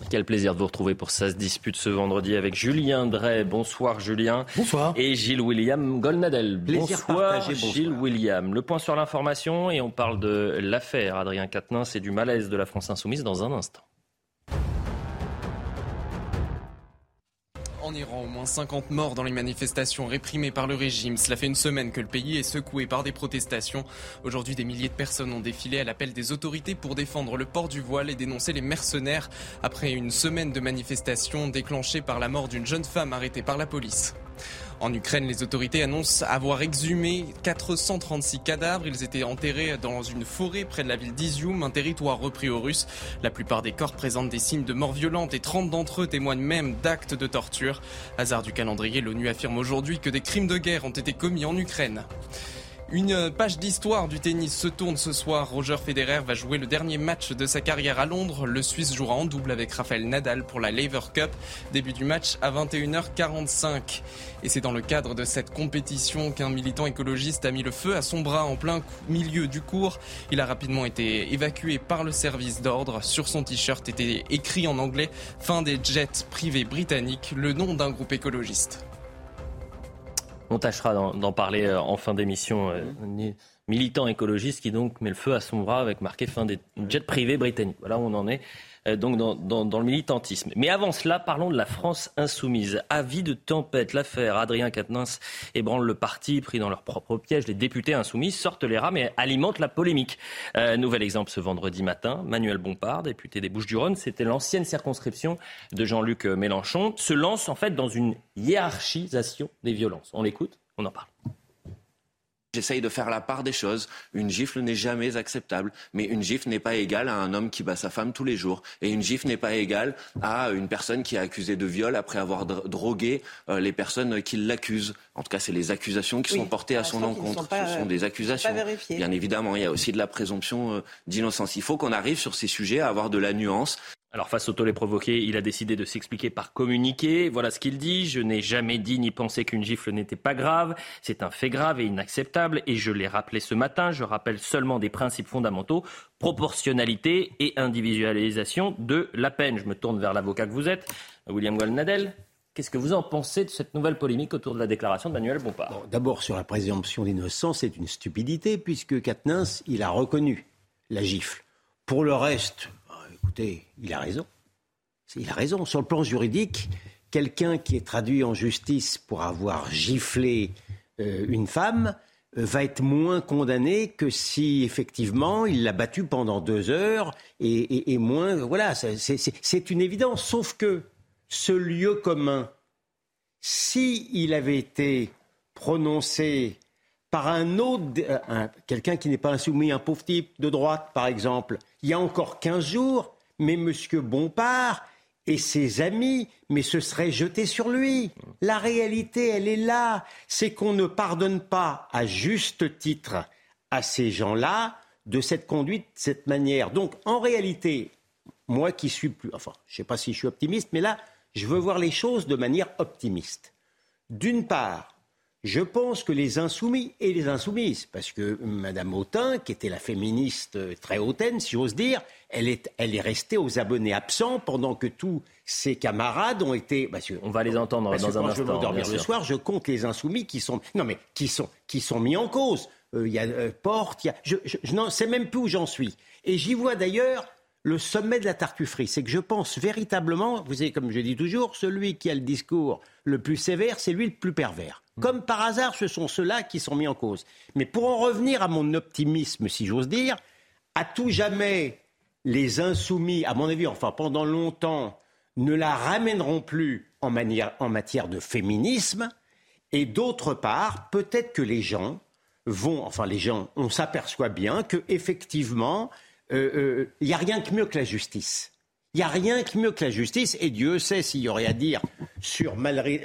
Quel plaisir de vous retrouver pour Ça se dispute ce vendredi avec Julien Drey. Bonsoir Julien. Bonsoir. Et Gilles-William Golnadel. Plaisir Bonsoir partagé, Gilles-William. Le point sur l'information et on parle de l'affaire Adrien Quatennens et du malaise de la France Insoumise dans un instant. En Iran, au moins 50 morts dans les manifestations réprimées par le régime. Cela fait une semaine que le pays est secoué par des protestations. Aujourd'hui, des milliers de personnes ont défilé à l'appel des autorités pour défendre le port du voile et dénoncer les mercenaires après une semaine de manifestations déclenchée par la mort d'une jeune femme arrêtée par la police. En Ukraine, les autorités annoncent avoir exhumé 436 cadavres. Ils étaient enterrés dans une forêt près de la ville d'Izium, un territoire repris aux Russes. La plupart des corps présentent des signes de mort violente et 30 d'entre eux témoignent même d'actes de torture. Hasard du calendrier, l'ONU affirme aujourd'hui que des crimes de guerre ont été commis en Ukraine. Une page d'histoire du tennis se tourne ce soir. Roger Federer va jouer le dernier match de sa carrière à Londres. Le Suisse jouera en double avec Rafael Nadal pour la Laver Cup. Début du match à 21h45. Et c'est dans le cadre de cette compétition qu'un militant écologiste a mis le feu à son bras en plein milieu du cours. Il a rapidement été évacué par le service d'ordre. Sur son t-shirt était écrit en anglais « Fin des jets privés britanniques », le nom d'un groupe écologiste. On tâchera d'en parler en fin d'émission. Militant écologiste qui donc met le feu à son bras avec marqué fin des jets privés britanniques. Voilà où on en est donc dans le militantisme. Mais avant cela, parlons de la France insoumise. Avis de tempête, l'affaire Adrien Quatennens ébranle le parti pris dans leur propre piège. Les députés insoumis sortent les rames et alimentent la polémique. Nouvel exemple ce vendredi matin. Manuel Bompard, député des Bouches-du-Rhône, c'était l'ancienne circonscription de Jean-Luc Mélenchon, se lance en fait dans une hiérarchisation des violences. On l'écoute, on en parle. J'essaye de faire la part des choses. Une gifle n'est jamais acceptable, mais une gifle n'est pas égale à un homme qui bat sa femme tous les jours. Et une gifle n'est pas égale à une personne qui est accusée de viol après avoir drogué les personnes qui l'accusent. En tout cas, c'est les accusations qui sont portées à son encontre. Ce sont des accusations. Bien évidemment, il y a aussi de la présomption d'innocence. Il faut qu'on arrive sur ces sujets à avoir de la nuance. Alors face au tollé provoqué, il a décidé de s'expliquer par communiqué. Voilà ce qu'il dit. Je n'ai jamais dit ni pensé qu'une gifle n'était pas grave. C'est un fait grave et inacceptable. Et je l'ai rappelé ce matin. Je rappelle seulement des principes fondamentaux. Proportionnalité et individualisation de la peine. Je me tourne vers l'avocat que vous êtes, William Golnadel. Qu'est-ce que vous en pensez de cette nouvelle polémique autour de la déclaration de Manuel Bompard ? Bon, d'abord, sur la présomption d'innocence, c'est une stupidité puisque Quatennens, il a reconnu la gifle. Pour le reste... Écoutez, il a raison. Il a raison. Sur le plan juridique, quelqu'un qui est traduit en justice pour avoir giflé une femme va être moins condamné que si, effectivement, il l'a battue pendant 2 heures et moins... Voilà, c'est une évidence. Sauf que ce lieu commun, s'il avait été prononcé par un autre... quelqu'un qui n'est pas insoumis, un pauvre type de droite, par exemple, il y a encore 15 jours... Mais M. Bompard et ses amis, mais se seraient jetés sur lui. La réalité, elle est là. C'est qu'on ne pardonne pas à juste titre à ces gens-là de cette conduite, de cette manière. Donc, en réalité, moi qui suis plus... Enfin, je ne sais pas si je suis optimiste, mais là, je veux voir les choses de manière optimiste. D'une part, je pense que les insoumis et les insoumises, parce que Mme Autain, qui était la féministe très hautaine, si j'ose dire, elle est restée aux abonnés absents pendant que tous ses camarades ont été... On va les entendre dans un instant. Je vais dormir le soir, je compte les insoumis qui sont mis en cause. Il y a Porte, je n'en sais même plus où j'en suis. Et j'y vois d'ailleurs le sommet de la tartufferie. C'est que je pense véritablement, vous savez, comme je dis toujours, celui qui a le discours le plus sévère, c'est lui le plus pervers. Comme par hasard, ce sont ceux-là qui sont mis en cause. Mais pour en revenir à mon optimisme, si j'ose dire, à tout jamais, les insoumis, à mon avis, enfin pendant longtemps, ne la ramèneront plus en matière de féminisme. Et d'autre part, peut-être que les gens, on s'aperçoit bien qu'effectivement, il n'y a rien de mieux que la justice. Il n'y a rien de mieux que la justice, et Dieu sait s'il y aurait à dire sur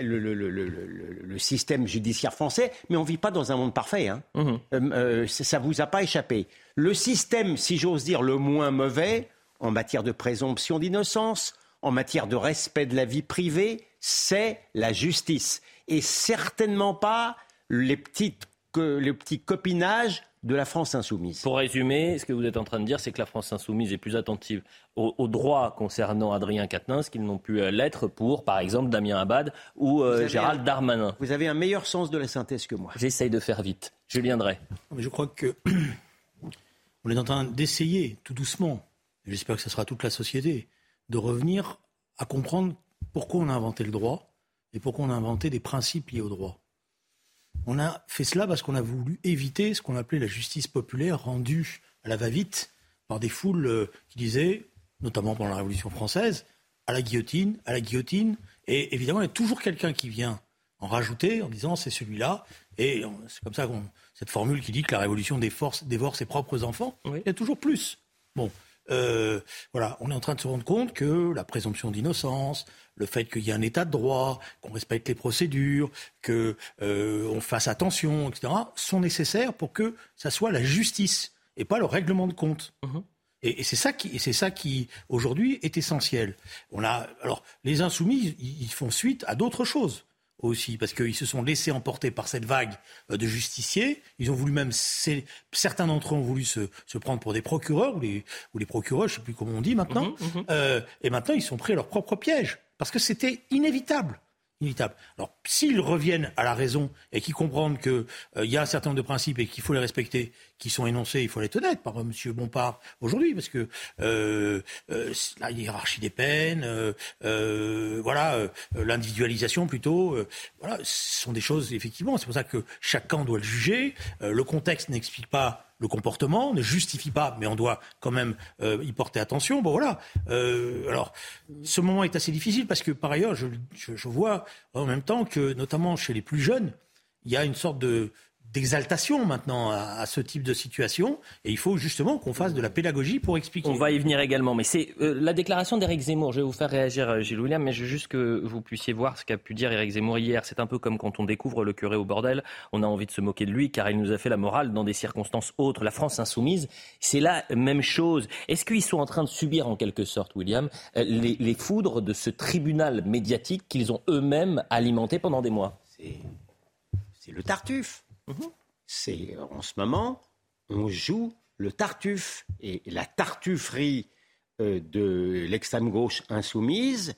le système judiciaire français, mais on ne vit pas dans un monde parfait. Hein. Ça ne vous a pas échappé. Le système, si j'ose dire, le moins mauvais, en matière de présomption d'innocence, en matière de respect de la vie privée, c'est la justice. Et certainement pas les petits copinages de la France insoumise. Pour résumer, ce que vous êtes en train de dire, c'est que la France insoumise est plus attentive aux droits concernant Adrien Quatennens qu'ils n'ont pu l'être pour, par exemple, Damien Abad ou Gérald Darmanin. Vous avez un meilleur sens de la synthèse que moi. J'essaye de faire vite. Julien Drey. Mais je crois que on est en train d'essayer, tout doucement, et j'espère que ce sera toute la société, de revenir à comprendre pourquoi on a inventé le droit et pourquoi on a inventé des principes liés au droit. On a fait cela parce qu'on a voulu éviter ce qu'on appelait la justice populaire rendue à la va-vite par des foules qui disaient, notamment pendant la Révolution française, à la guillotine. Et évidemment, il y a toujours quelqu'un qui vient en rajouter en disant c'est celui-là. Et c'est comme ça cette formule qui dit que la Révolution dévore ses propres enfants. Oui. Il y a toujours plus. Bon, voilà, on est en train de se rendre compte que la présomption d'innocence, le fait qu'il y ait un état de droit, qu'on respecte les procédures, qu'on fasse attention, etc., sont nécessaires pour que ça soit la justice et pas le règlement de compte. Mmh. Et c'est ça qui aujourd'hui est essentiel. Alors les insoumis, ils font suite à d'autres choses aussi, parce qu'ils se sont laissés emporter par cette vague de justiciers. Ils ont voulu même, certains d'entre eux ont voulu se prendre pour des procureurs ou les procureurs, je ne sais plus comment on dit maintenant. Et maintenant, ils sont pris à leur propre piège, parce que c'était inévitable. Alors, s'ils reviennent à la raison et qu'ils comprennent qu'il y a un certain nombre de principes et qu'il faut les respecter, qui sont énoncés, il faut être honnête par M. Bompard aujourd'hui, parce que la hiérarchie des peines, l'individualisation plutôt, ce sont des choses, effectivement, c'est pour ça que chaque camp doit le juger. Le contexte n'explique pas le comportement, ne justifie pas, mais on doit quand même y porter attention. Bon, voilà. Alors, ce moment est assez difficile parce que, par ailleurs, je vois en même temps que, notamment chez les plus jeunes, il y a une sorte d'exaltation maintenant à ce type de situation, et il faut justement qu'on fasse de la pédagogie pour expliquer. On va y venir également, mais c'est la déclaration d'Éric Zemmour. Je vais vous faire réagir, Gilles William, mais je veux juste que vous puissiez voir ce qu'a pu dire Éric Zemmour hier. C'est un peu comme quand on découvre le curé au bordel, on a envie de se moquer de lui car il nous a fait la morale dans des circonstances autres. La France insoumise, c'est la même chose. Est-ce qu'ils sont en train de subir en quelque sorte, William, les foudres de ce tribunal médiatique qu'ils ont eux-mêmes alimenté pendant des mois ? C'est le Tartuffe. C'est, en ce moment, on joue le Tartuffe. Et la tartufferie de l'extrême gauche insoumise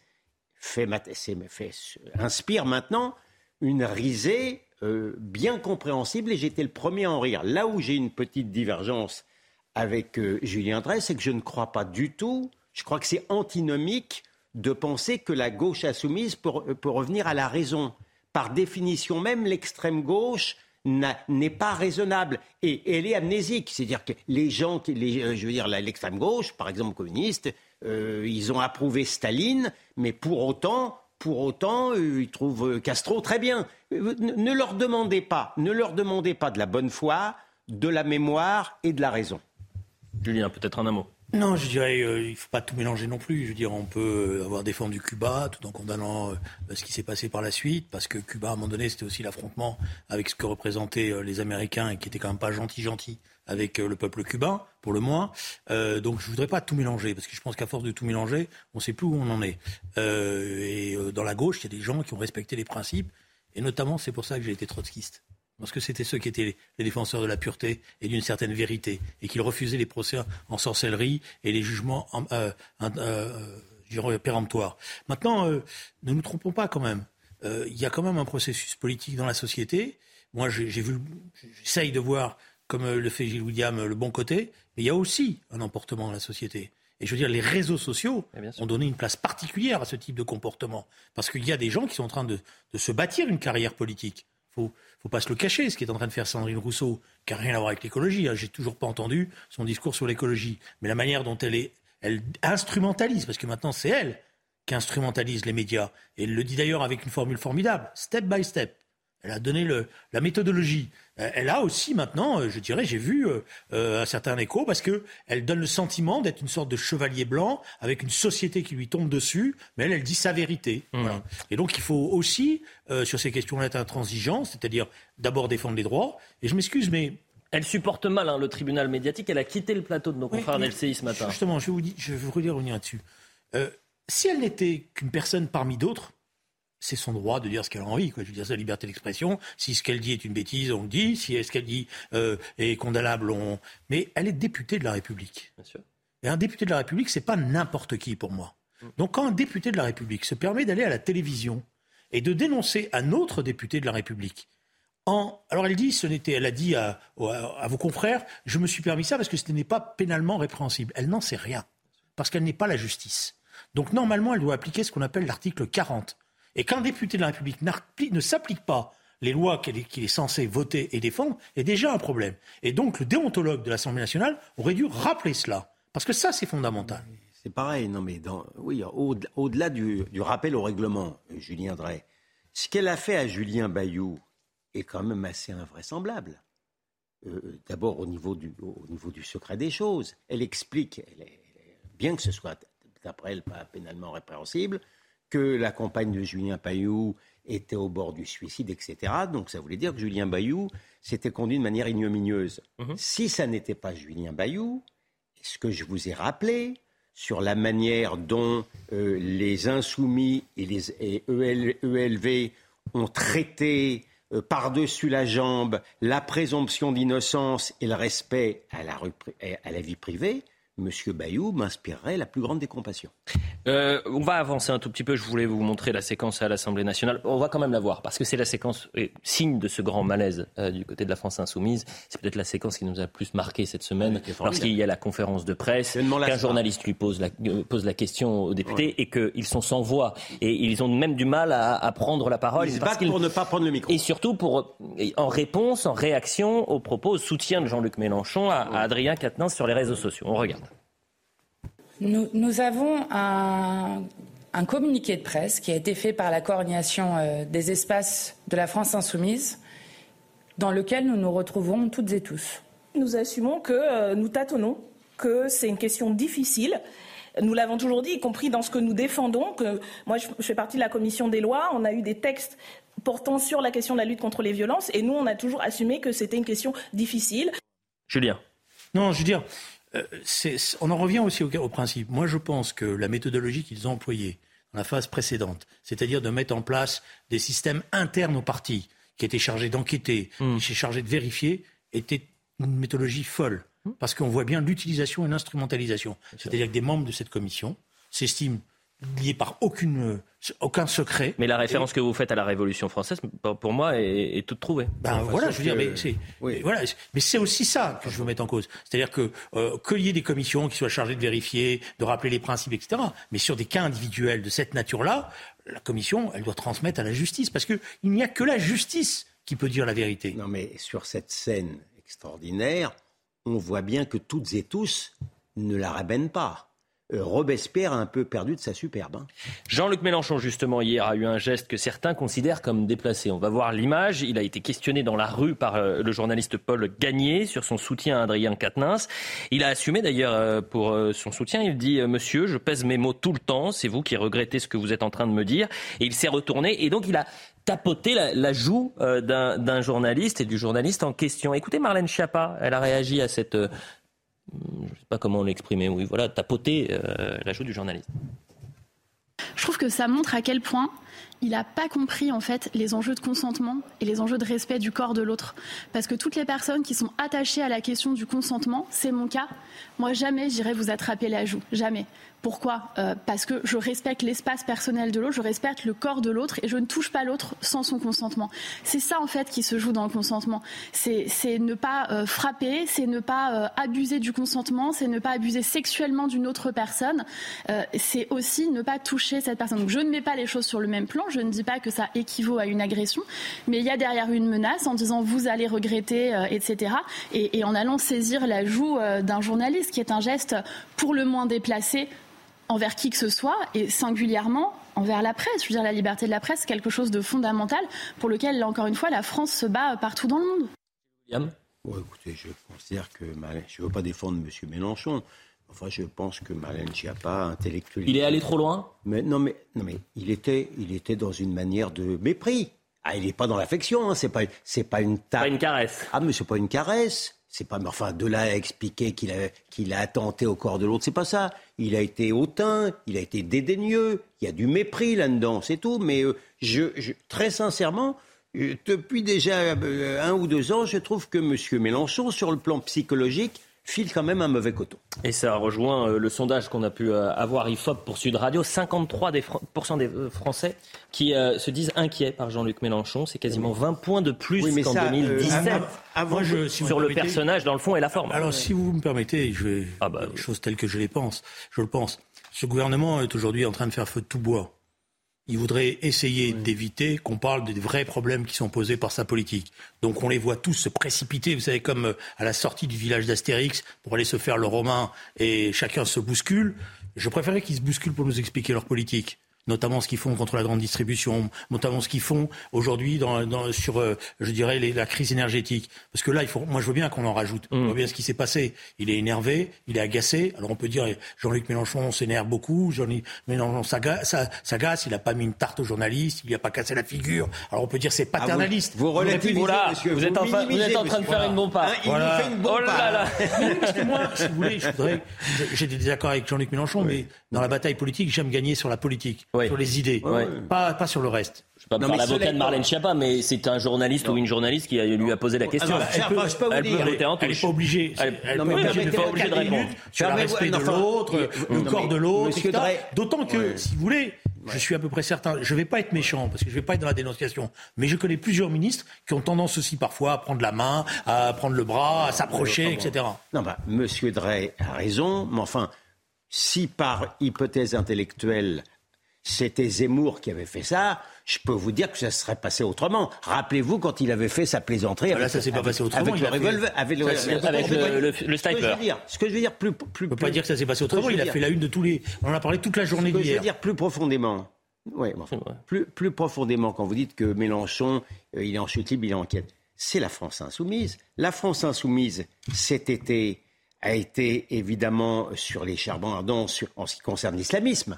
inspire maintenant une risée bien compréhensible. Et j'étais le premier à en rire. Là où j'ai une petite divergence avec Julien Drey, c'est que je ne crois pas du tout, je crois que c'est antinomique de penser que la gauche insoumise peut revenir à la raison. Par définition même, l'extrême gauche n'est pas raisonnable et elle est amnésique. C'est-à-dire que les gens, l'extrême gauche, par exemple communiste, ils ont approuvé Staline, mais pour autant, ils trouvent Castro très bien. Ne leur demandez pas de la bonne foi, de la mémoire et de la raison. Julien, peut-être un mot. Non, je dirais il ne faut pas tout mélanger non plus. Je veux dire, on peut avoir défendu Cuba tout en condamnant ce qui s'est passé par la suite, parce que Cuba, à un moment donné, c'était aussi l'affrontement avec ce que représentaient les Américains et qui étaient quand même pas gentils avec le peuple cubain, pour le moins. Donc je voudrais pas tout mélanger, parce que je pense qu'à force de tout mélanger, on ne sait plus où on en est. Et dans la gauche, il y a des gens qui ont respecté les principes, et notamment, c'est pour ça que j'ai été trotskiste. Parce que c'était ceux qui étaient les défenseurs de la pureté et d'une certaine vérité, et qu'ils refusaient les procès en sorcellerie et les jugements péremptoires. Maintenant, ne nous trompons pas quand même. Il y a quand même un processus politique dans la société. Moi, j'essaye de voir, comme le fait Gilles William, le bon côté, mais il y a aussi un emportement dans la société. Et je veux dire, les réseaux sociaux ont donné une place particulière à ce type de comportement. Parce qu'il y a des gens qui sont en train de se bâtir une carrière politique. Faut pas se le cacher, ce qui est en train de faire Sandrine Rousseau, qui n'a rien à voir avec l'écologie. J'ai toujours pas entendu son discours sur l'écologie. Mais la manière dont elle instrumentalise, parce que maintenant c'est elle qui instrumentalise les médias. Et elle le dit d'ailleurs avec une formule formidable, step by step. Elle a donné la méthodologie. Elle a aussi maintenant, je dirais, j'ai vu un certain écho, parce qu'elle donne le sentiment d'être une sorte de chevalier blanc avec une société qui lui tombe dessus, mais elle dit sa vérité. Voilà. Et donc il faut aussi, sur ces questions-là, être intransigeant, c'est-à-dire d'abord défendre les droits. Et je m'excuse, mais... Elle supporte mal le tribunal médiatique. Elle a quitté le plateau de nos confrères d'LCI ce matin. Justement, je veux revenir là-dessus. Si elle n'était qu'une personne parmi d'autres, c'est son droit de dire ce qu'elle a envie, quoi. Je veux dire, c'est la liberté d'expression. Si ce qu'elle dit est une bêtise, on le dit. Si ce qu'elle dit est condamnable, mais elle est députée de la République. Bien sûr. Et un député de la République, c'est pas n'importe qui pour moi. Donc quand un député de la République se permet d'aller à la télévision et de dénoncer un autre député de la République, alors elle a dit à vos confrères, je me suis permis ça parce que ce n'est pas pénalement répréhensible. Elle n'en sait rien, parce qu'elle n'est pas la justice. Donc normalement, elle doit appliquer ce qu'on appelle l'article 40. Et qu'un député de la République ne s'applique pas les lois qu'il est censé voter et défendre, est déjà un problème. Et donc le déontologue de l'Assemblée nationale aurait dû rappeler cela, parce que ça, c'est fondamental. C'est pareil, non mais au-delà du rappel au règlement, Julien Drey, ce qu'elle a fait à Julien Bayou est quand même assez invraisemblable. D'abord au niveau du secret des choses. Elle explique, bien que ce soit d'après elle pas pénalement répréhensible, que la compagne de Julien Bayou était au bord du suicide, etc. Donc ça voulait dire que Julien Bayou s'était conduit de manière ignominieuse. Si ça n'était pas Julien Bayou, ce que je vous ai rappelé sur la manière dont les Insoumis et les ELV ont traité par-dessus la jambe la présomption d'innocence et le respect à la vie privée, M. Bayou m'inspirerait la plus grande décompassion. On va avancer un tout petit peu. Je voulais vous montrer la séquence à l'Assemblée nationale. On va quand même la voir, parce que c'est la séquence signe de ce grand malaise du côté de la France insoumise. C'est peut-être la séquence qui nous a le plus marqué cette semaine, lorsqu'il y a la conférence de presse, qu'un journaliste lui pose la question aux députés, et qu'ils sont sans voix. Et ils ont même du mal à prendre la parole. Ils se battent pour ne pas prendre le micro. Et surtout en réaction aux propos, au soutien de Jean-Luc Mélenchon à Adrien Quatennens sur les réseaux sociaux. On regarde. Nous avons un communiqué de presse qui a été fait par la coordination des espaces de la France insoumise, dans lequel nous nous retrouvons toutes et tous. Nous assumons que nous tâtonnons, que c'est une question difficile. Nous l'avons toujours dit, y compris dans ce que nous défendons. Moi, je fais partie de la commission des lois. On a eu des textes portant sur la question de la lutte contre les violences. Et nous, on a toujours assumé que c'était une question difficile. Julien. Non, je veux dire... on en revient aussi au principe. Moi, je pense que la méthodologie qu'ils ont employée dans la phase précédente, c'est-à-dire de mettre en place des systèmes internes au parti, qui étaient chargés d'enquêter, qui étaient chargés de vérifier, était une méthodologie folle. Parce qu'on voit bien l'utilisation et l'instrumentalisation. C'est-à-dire que des membres de cette commission s'estiment liés par aucun secret. Mais la référence que vous faites à la Révolution française, pour moi, est toute trouvée. Voilà, je veux dire, mais c'est aussi ça que je veux mettre en cause. C'est-à-dire qu'il y ait des commissions qui soient chargées de vérifier, de rappeler les principes, etc. Mais sur des cas individuels de cette nature-là, la commission, elle doit transmettre à la justice, parce qu'il n'y a que la justice qui peut dire la vérité. Non, mais sur cette scène extraordinaire, on voit bien que toutes et tous ne la rabènent pas. Robespierre a un peu perdu de sa superbe. Jean-Luc Mélenchon, justement, hier, a eu un geste que certains considèrent comme déplacé. On va voir l'image. Il a été questionné dans la rue par le journaliste Paul Gagné sur son soutien à Adrien Quatennens. Il a assumé d'ailleurs pour son soutien. Il dit « Monsieur, je pèse mes mots tout le temps. C'est vous qui regrettez ce que vous êtes en train de me dire. » Et il s'est retourné et donc il a tapoté la joue d'un journaliste et du journaliste en question. Écoutez Marlène Schiappa, elle a réagi à cette... je ne sais pas comment l'exprimer, oui, voilà, tapoter la joue du journaliste. Je trouve que ça montre à quel point il n'a pas compris en fait les enjeux de consentement et les enjeux de respect du corps de l'autre. Parce que toutes les personnes qui sont attachées à la question du consentement, c'est mon cas, moi jamais j'irai vous attraper la joue, jamais. Pourquoi ? Parce que je respecte l'espace personnel de l'autre, je respecte le corps de l'autre et je ne touche pas l'autre sans son consentement. C'est ça en fait qui se joue dans le consentement. C'est ne pas frapper, c'est ne pas abuser du consentement, c'est ne pas abuser sexuellement d'une autre personne. C'est aussi ne pas toucher cette personne. Donc je ne mets pas les choses sur le même plan, je ne dis pas que ça équivaut à une agression, mais il y a derrière une menace en disant vous allez regretter, etc. Et en allant saisir la joue d'un journaliste qui est un geste pour le moins déplacé envers qui que ce soit, et singulièrement envers la presse. Je veux dire, la liberté de la presse, c'est quelque chose de fondamental pour lequel, là encore une fois, la France se bat partout dans le monde. William ? Écoutez, je considère que je ne veux pas défendre M. Mélenchon. Enfin, je pense que Marlène Schiappa, intellectuellement... Il est allé trop loin ? Non, mais il était dans une manière de mépris. Il n'est pas dans l'affection, c'est pas une tape. Pas une caresse. Mais c'est pas une caresse. C'est pas, enfin, de là à expliquer qu'il a attenté au corps de l'autre, c'est pas ça. Il a été hautain, il a été dédaigneux, il y a du mépris là-dedans, c'est tout. Mais très sincèrement, depuis déjà 1 ou 2 ans, je trouve que M. Mélenchon, sur le plan psychologique, file quand même un mauvais coton. Et ça rejoint le sondage qu'on a pu avoir IFOP pour Sud Radio. 53% des Français qui se disent inquiets par Jean-Luc Mélenchon. C'est quasiment 20 points de plus qu'en 2017. Sur le personnage, dans le fond et la forme. Alors, si vous me permettez, je vais les choses telles que je le pense. Ce gouvernement est aujourd'hui en train de faire feu de tout bois. Il voudrait essayer d'éviter qu'on parle des vrais problèmes qui sont posés par sa politique. Donc on les voit tous se précipiter, vous savez, comme à la sortie du village d'Astérix, pour aller se faire le romain, et chacun se bouscule. Je préférais qu'ils se bousculent pour nous expliquer leur politique. Notamment ce qu'ils font contre la grande distribution, notamment ce qu'ils font aujourd'hui sur, je dirais, la crise énergétique. Parce que là, moi je veux bien qu'on en rajoute. On voit bien ce qui s'est passé. Il est énervé, il est agacé. Alors on peut dire Jean-Luc Mélenchon s'énerve beaucoup, Jean-Luc Mélenchon s'agace, il n'a pas mis une tarte aux journalistes, il n'a pas cassé la figure. Alors on peut dire c'est paternaliste. Vous relativisez, monsieur. Vous êtes en train de faire une bombe part. Il nous fait une bombe part. Moi, si vous voulez, j'ai des désaccords avec Jean-Luc Mélenchon, mais dans la bataille politique, j'aime gagner sur la politique. Sur les idées, pas sur le reste. Je ne vais pas me faire l'avocat de Marlène Schiappa, mais c'est un journaliste ou une journaliste qui lui a posé la question. Elle n'est pas obligée. Elle n'est pas obligée de répondre sur le respect de l'autre, le corps de l'autre, etc. D'autant que, si vous voulez, je suis à peu près certain, je ne vais pas être méchant, parce que je ne vais pas être dans la dénonciation, mais je connais plusieurs ministres qui ont tendance aussi parfois à prendre la main, à prendre le bras, à s'approcher, etc. Non, Monsieur Drey a raison, mais enfin, si par hypothèse intellectuelle, c'était Zemmour qui avait fait ça, je peux vous dire que ça se serait passé autrement. Rappelez-vous quand il avait fait sa plaisanterie là, ça s'est pas passé autrement. Avec le revolver, avec le sniper. Ce que je veux dire plus. On peut pas dire que ça s'est passé autrement. Il a fait la une de tous les. On en a parlé toute la journée d'hier. Je veux dire plus profondément. Oui, plus profondément quand vous dites que Mélenchon, il est en chute libre, il est en quête. C'est la France insoumise. La France insoumise cet été a été évidemment sur les charbons ardents en ce qui concerne l'islamisme.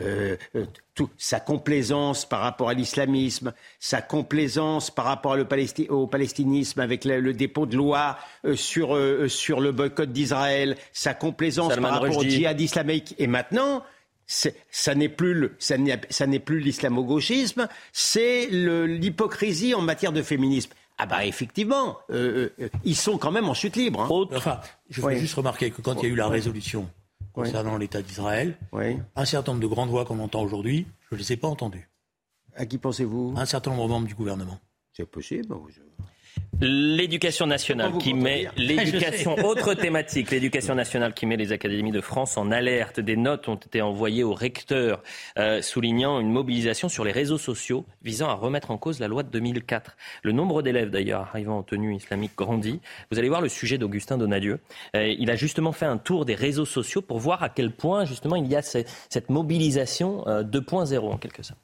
Sa complaisance par rapport à l'islamisme, sa complaisance par rapport au palestinisme avec le dépôt de loi sur le boycott d'Israël, sa complaisance par rapport au djihad islamique. Et maintenant, ça n'est plus l'islamo-gauchisme, c'est l'hypocrisie en matière de féminisme. Effectivement, ils sont quand même en chute libre. Enfin, je voulais juste remarquer que quand il y a eu la résolution concernant l'État d'Israël, un certain nombre de grandes voix qu'on entend aujourd'hui, je ne les ai pas entendues. À qui pensez-vous ? Un certain nombre de membres du gouvernement. C'est possible. L'éducation nationale qui met autre thématique, l'éducation nationale qui met les académies de France en alerte. Des notes ont été envoyées aux recteurs soulignant une mobilisation sur les réseaux sociaux visant à remettre en cause la loi de 2004. Le nombre d'élèves d'ailleurs arrivant en tenue islamique grandit. Vous allez voir le sujet d'Augustin Donadieu. Il a justement fait un tour des réseaux sociaux pour voir à quel point justement il y a cette mobilisation 2.0 en quelque sorte.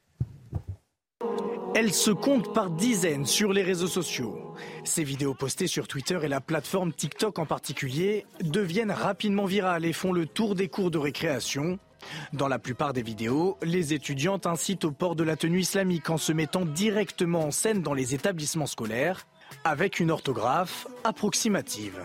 Elles se comptent par dizaines sur les réseaux sociaux. Ces vidéos postées sur Twitter et la plateforme TikTok en particulier deviennent rapidement virales et font le tour des cours de récréation. Dans la plupart des vidéos, les étudiantes incitent au port de la tenue islamique en se mettant directement en scène dans les établissements scolaires avec une orthographe approximative.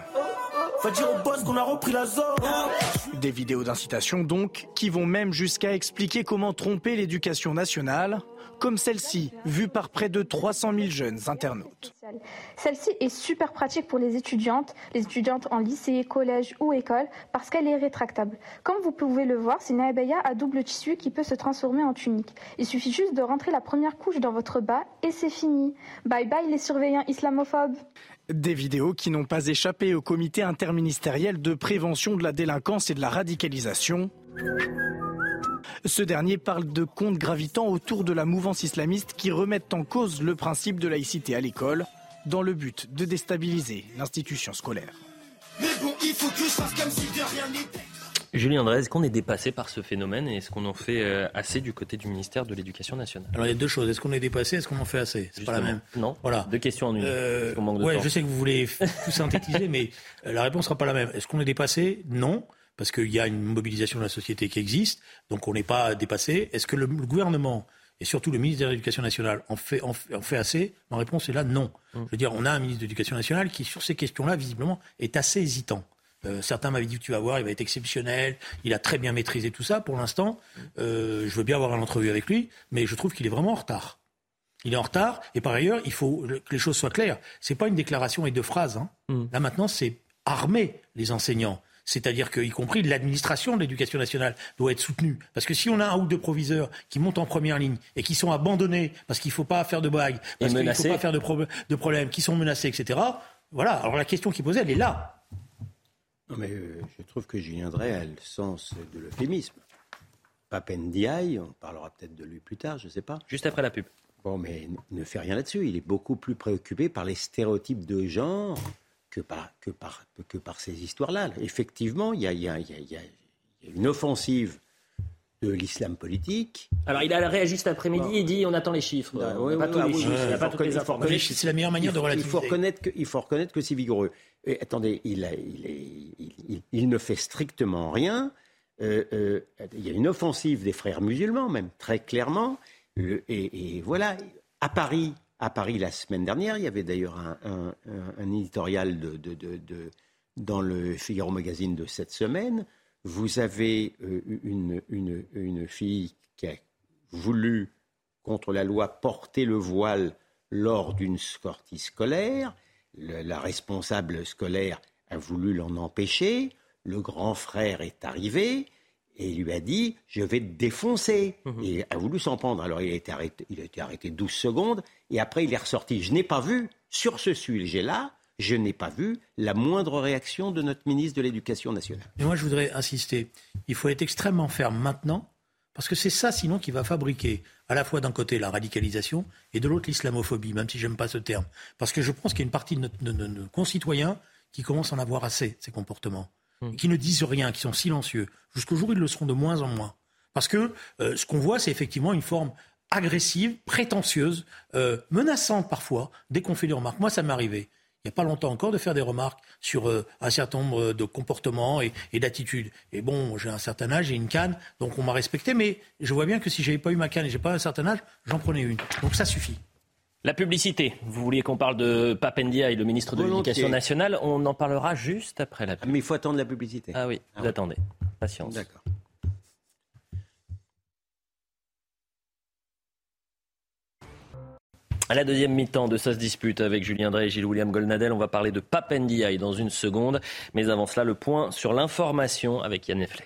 Des vidéos d'incitation donc, qui vont même jusqu'à expliquer comment tromper l'éducation nationale, comme celle-ci, vue par près de 300 000 jeunes internautes. Celle-ci est super pratique pour les étudiantes en lycée, collège ou école, parce qu'elle est rétractable. Comme vous pouvez le voir, c'est une abaya à double tissu qui peut se transformer en tunique. Il suffit juste de rentrer la première couche dans votre bas et c'est fini. Bye bye les surveillants islamophobes. Des vidéos qui n'ont pas échappé au comité interministériel de prévention de la délinquance et de la radicalisation. Ce dernier parle de comptes gravitant autour de la mouvance islamiste qui remettent en cause le principe de laïcité à l'école dans le but de déstabiliser l'institution scolaire. Mais bon, il faut que je fasse comme si de rien n'était. Julien Drey, est-ce qu'on est dépassé par ce phénomène et est-ce qu'on en fait assez du côté du ministère de l'Éducation nationale ? Alors il y a deux choses. Est-ce qu'on est dépassé ? Est-ce qu'on en fait assez ? C'est pas la même. Non. Voilà. Deux questions en une. On manque de temps. Je sais que vous voulez tout synthétiser, mais la réponse sera pas la même. Est-ce qu'on est dépassé ? Non. Parce qu'il y a une mobilisation de la société qui existe, donc on n'est pas dépassé. Est-ce que le gouvernement et surtout le ministre de l'Éducation nationale en fait assez, ma réponse est là, non. Je veux dire, on a un ministre de l'Éducation nationale qui, sur ces questions-là, visiblement, est assez hésitant. Certains m'avaient dit, tu vas voir, il va être exceptionnel, il a très bien maîtrisé tout ça. Pour l'instant, je veux bien avoir une entrevue avec lui, mais je trouve qu'il est vraiment en retard. Il est en retard, et par ailleurs, il faut que les choses soient claires. C'est pas une déclaration et deux phrases. Là, maintenant, c'est armer les enseignants. C'est-à-dire qu'y compris l'administration de l'Éducation nationale doit être soutenue. Parce que si on a un ou deux proviseurs qui montent en première ligne et qui sont abandonnés parce qu'il ne faut pas faire de blagues, parce qu'il ne faut pas faire de problèmes, qui sont menacés, etc., voilà. Alors la question qui est posée, elle est là. Non mais je trouve que Julien Drey a le sens de l'euphémisme. Pap Ndiaye, on parlera peut-être de lui plus tard, je ne sais pas. Juste après la pub. Bon, mais il ne fait rien là-dessus. Il est beaucoup plus préoccupé par les stéréotypes de genre que par ces histoires-là. Effectivement, il y a une offensive de l'islam politique. Alors, il a réagi cet après-midi, il dit on attend les chiffres. On n'a pas tous les chiffres, il n'y a pas toutes les informations. C'est la meilleure manière de relativiser. Il faut reconnaître que c'est vigoureux. Et, attendez, il ne fait strictement rien. Il y a une offensive des frères musulmans, même, très clairement. Et voilà, à Paris, la semaine dernière, il y avait d'ailleurs un éditorial dans le Figaro Magazine de cette semaine. Vous avez une fille qui a voulu, contre la loi, porter le voile lors d'une sortie scolaire. La responsable scolaire a voulu l'en empêcher. Le grand frère est arrivé et lui a dit « je vais te défoncer ». Et a voulu s'en prendre. Alors il a été arrêté 12 secondes et après il est ressorti. Je n'ai pas vu, sur ce sujet-là, je n'ai pas vu la moindre réaction de notre ministre de l'Éducation nationale. Mais moi je voudrais insister, il faut être extrêmement ferme maintenant, parce que c'est ça sinon qui va fabriquer à la fois d'un côté la radicalisation et de l'autre l'islamophobie, même si j'aime pas ce terme. Parce que je pense qu'il y a une partie de nos concitoyens qui commencent à en avoir assez de ces comportements. Qui ne disent rien, qui sont silencieux. Jusqu'au jour où ils le seront de moins en moins. Parce que ce qu'on voit, c'est effectivement une forme agressive, prétentieuse, menaçante parfois, dès qu'on fait des remarques. Moi, ça m'est arrivé, il n'y a pas longtemps encore, de faire des remarques sur un certain nombre de comportements et d'attitudes. Et bon, j'ai un certain âge, j'ai une canne, donc on m'a respecté, mais je vois bien que si je n'avais pas eu ma canne et je n'ai pas un certain âge, j'en prenais une. Donc ça suffit. La publicité, vous vouliez qu'on parle de Pap Ndiaye, le ministre de l'Éducation nationale. On en parlera juste après la pub. Mais il faut attendre la publicité. Ah oui, vous attendez. Patience. D'accord. À la deuxième mi-temps de Ça se dispute avec Julien Drey et Gilles-William Goldnadel, on va parler de Pap Ndiaye dans une seconde. Mais avant cela, le point sur l'information avec Yann Neflé.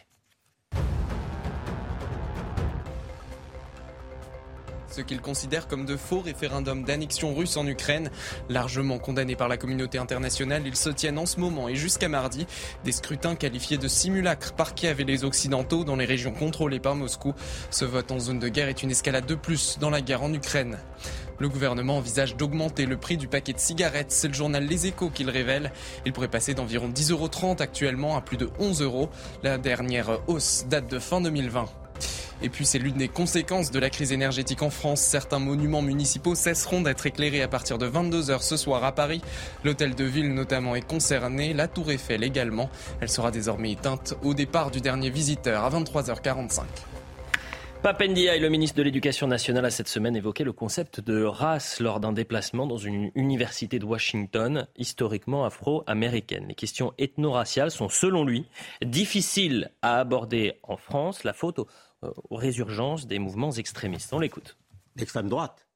Ce qu'ils considèrent comme de faux référendums d'annexion russe en Ukraine. Largement condamnés par la communauté internationale, ils se tiennent en ce moment et jusqu'à mardi. Des scrutins qualifiés de simulacres par Kiev et les Occidentaux dans les régions contrôlées par Moscou. Ce vote en zone de guerre est une escalade de plus dans la guerre en Ukraine. Le gouvernement envisage d'augmenter le prix du paquet de cigarettes. C'est le journal Les Échos qui le révèle. Il pourrait passer d'environ 10,30 € actuellement à plus de 11 €. La dernière hausse date de fin 2020. Et puis c'est l'une des conséquences de la crise énergétique en France. Certains monuments municipaux cesseront d'être éclairés à partir de 22h ce soir à Paris. L'hôtel de ville notamment est concerné, la tour Eiffel également. Elle sera désormais éteinte au départ du dernier visiteur à 23h45. Pap Ndiaye, le ministre de l'Éducation nationale, a cette semaine évoqué le concept de race lors d'un déplacement dans une université de Washington, historiquement afro-américaine. Les questions ethno-raciales sont, selon lui, difficiles à aborder en France, la faute aux résurgences des mouvements extrémistes. On l'écoute. D'extrême droite.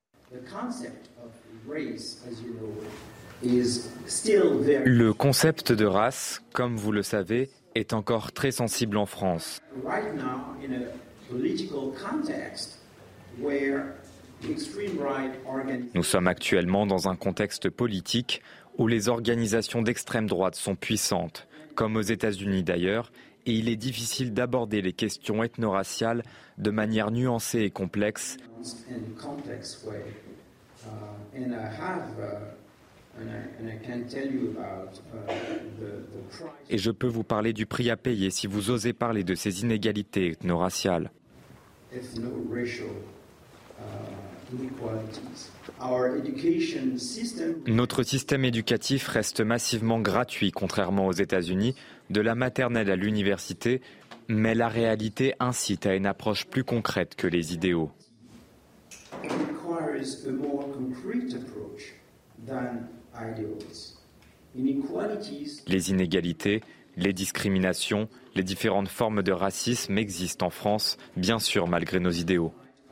Le concept de race, comme vous le savez, est encore très sensible en France. Nous sommes actuellement dans un contexte politique où les organisations d'extrême droite sont puissantes, comme aux États-Unis d'ailleurs, et il est difficile d'aborder les questions ethno-raciales de manière nuancée et complexe. Et je peux vous parler du prix à payer si vous osez parler de ces inégalités ethno-raciales. Notre système éducatif reste massivement gratuit, contrairement aux États-Unis, de la maternelle à l'université, mais la réalité incite à une approche plus concrète que les idéaux. Les inégalités, les discriminations, les différentes formes de racisme existent en France, bien sûr, malgré nos idéaux.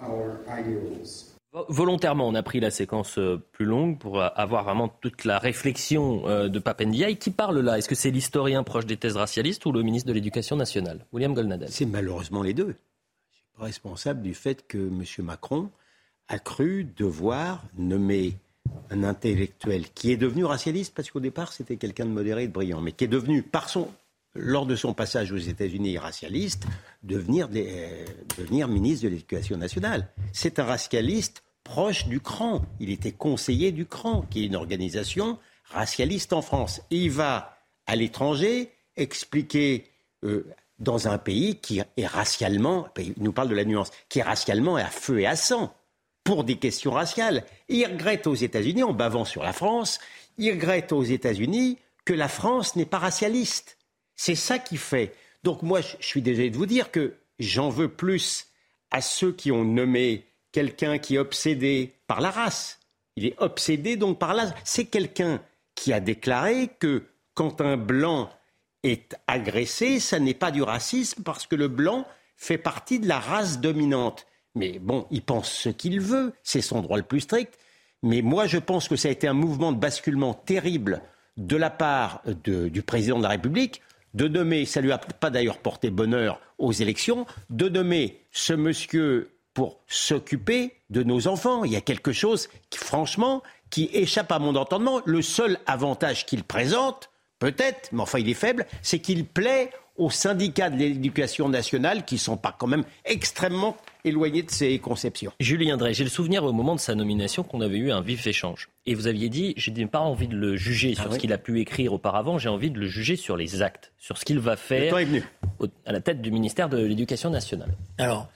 Volontairement, on a pris la séquence plus longue pour avoir vraiment toute la réflexion de Pape Ndiaye. Qui parle là ? Est-ce que c'est l'historien proche des thèses racialistes ou le ministre de l'Éducation nationale ? William Golnadel. C'est malheureusement les deux. Je suis responsable du fait que M. Macron a cru devoir nommer un intellectuel qui est devenu racialiste, parce qu'au départ c'était quelqu'un de modéré et de brillant, mais qui est devenu, lors de son passage aux États-Unis racialiste, devenir ministre de l'Éducation nationale. C'est un racialiste proche du CRAN. Il était conseiller du CRAN, qui est une organisation racialiste en France. Et il va à l'étranger expliquer dans un pays qui est racialement, il nous parle de la nuance, qui est racialement à feu et à sang pour des questions raciales. Et il regrette aux États-Unis, en bavant sur la France, il regrette aux États-Unis que la France n'est pas racialiste. C'est ça qui fait. Donc moi, je suis désolé de vous dire que j'en veux plus à ceux qui ont nommé quelqu'un qui est obsédé par la race. Il est obsédé donc par la race. C'est quelqu'un qui a déclaré que quand un blanc est agressé, ça n'est pas du racisme parce que le blanc fait partie de la race dominante. Mais bon, il pense ce qu'il veut, c'est son droit le plus strict. Mais moi, je pense que ça a été un mouvement de basculement terrible de la part du président de la République, de nommer, ça lui a pas d'ailleurs porté bonheur aux élections, de nommer ce monsieur pour s'occuper de nos enfants. Il y a quelque chose qui, franchement, qui échappe à mon entendement. Le seul avantage qu'il présente, peut-être, mais enfin il est faible, c'est qu'il plaît aux syndicats de l'éducation nationale qui ne sont pas quand même extrêmement éloignés de ses conceptions. Julien Drey, j'ai le souvenir au moment de sa nomination qu'on avait eu un vif échange. Et vous aviez dit, je n'ai pas envie de le juger sur ce qu'il a pu écrire auparavant, j'ai envie de le juger sur les actes, sur ce qu'il va faire le temps est venu. À la tête du ministère de l'Éducation nationale. Alors,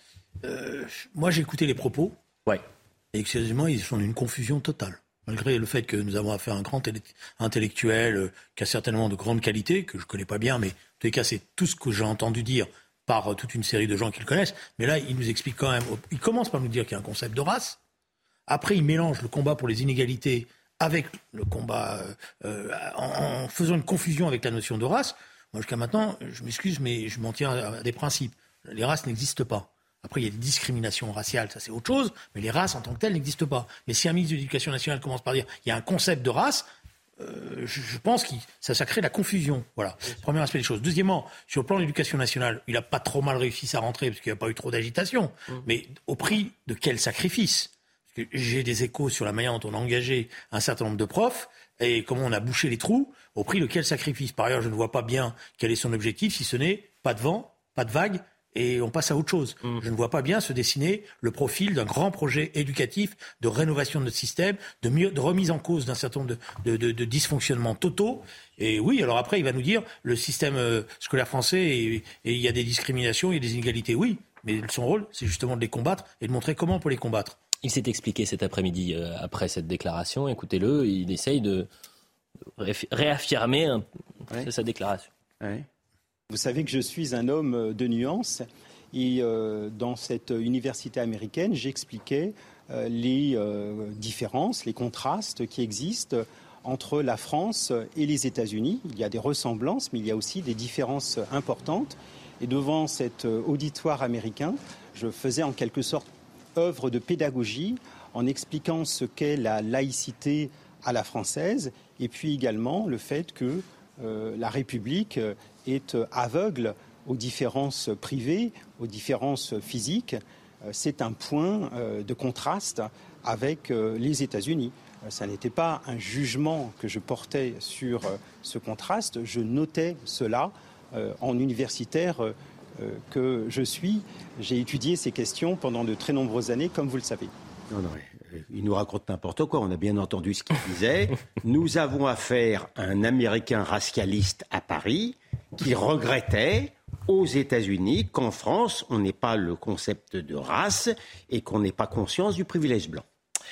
moi j'ai écouté les propos, et excusez-moi, ils sont d'une confusion totale. Malgré le fait que nous avons affaire à un grand intellectuel qui a certainement de grandes qualités, que je ne connais pas bien, mais en tous les cas, c'est tout ce que j'ai entendu dire par toute une série de gens qui le connaissent. Mais là, il nous explique quand même, il commence par nous dire qu'il y a un concept de race. Après, il mélange le combat pour les inégalités avec le combat, en faisant une confusion avec la notion de race. Moi, jusqu'à maintenant, je m'excuse, mais je m'en tiens à des principes. Les races n'existent pas. Après, il y a des discriminations raciales, ça c'est autre chose, mais les races en tant que telles n'existent pas. Mais si un ministre de l'Éducation nationale commence par dire il y a un concept de race, je pense que ça crée la confusion. Voilà, premier aspect des choses. Deuxièmement, sur le plan de l'Éducation nationale, il n'a pas trop mal réussi sa rentrée parce qu'il n'y a pas eu trop d'agitation. Mais au prix de quel sacrifice ? Parce que j'ai des échos sur la manière dont on a engagé un certain nombre de profs et comment on a bouché les trous, au prix de quel sacrifice. Par ailleurs, je ne vois pas bien quel est son objectif, si ce n'est pas de vent, pas de vague, et on passe à autre chose. Je ne vois pas bien se dessiner le profil d'un grand projet éducatif de rénovation de notre système, de remise en cause d'un certain nombre de dysfonctionnements totaux. Et oui, alors après, il va nous dire le système scolaire français, et il y a des discriminations, il y a des inégalités. Oui, mais son rôle, c'est justement de les combattre et de montrer comment on peut les combattre. Il s'est expliqué cet après-midi après cette déclaration. Écoutez-le, il essaye de réaffirmer sa déclaration. Ouais. Vous savez que je suis un homme de nuances et dans cette université américaine, j'expliquais les différences, les contrastes qui existent entre la France et les États-Unis. Il y a des ressemblances, mais il y a aussi des différences importantes. Et devant cet auditoire américain, je faisais en quelque sorte œuvre de pédagogie en expliquant ce qu'est la laïcité à la française et puis également le fait que la République est aveugle aux différences privées, aux différences physiques. C'est un point de contraste avec les États-Unis. Ça n'était pas un jugement que je portais sur ce contraste, je notais cela en universitaire que je suis. J'ai étudié ces questions pendant de très nombreuses années, comme vous le savez. Non, il nous raconte n'importe quoi, on a bien entendu ce qu'il disait. Nous avons affaire à un Américain racialiste à Paris qui regrettait aux États-Unis qu'en France, on n'ait pas le concept de race et qu'on n'ait pas conscience du privilège blanc.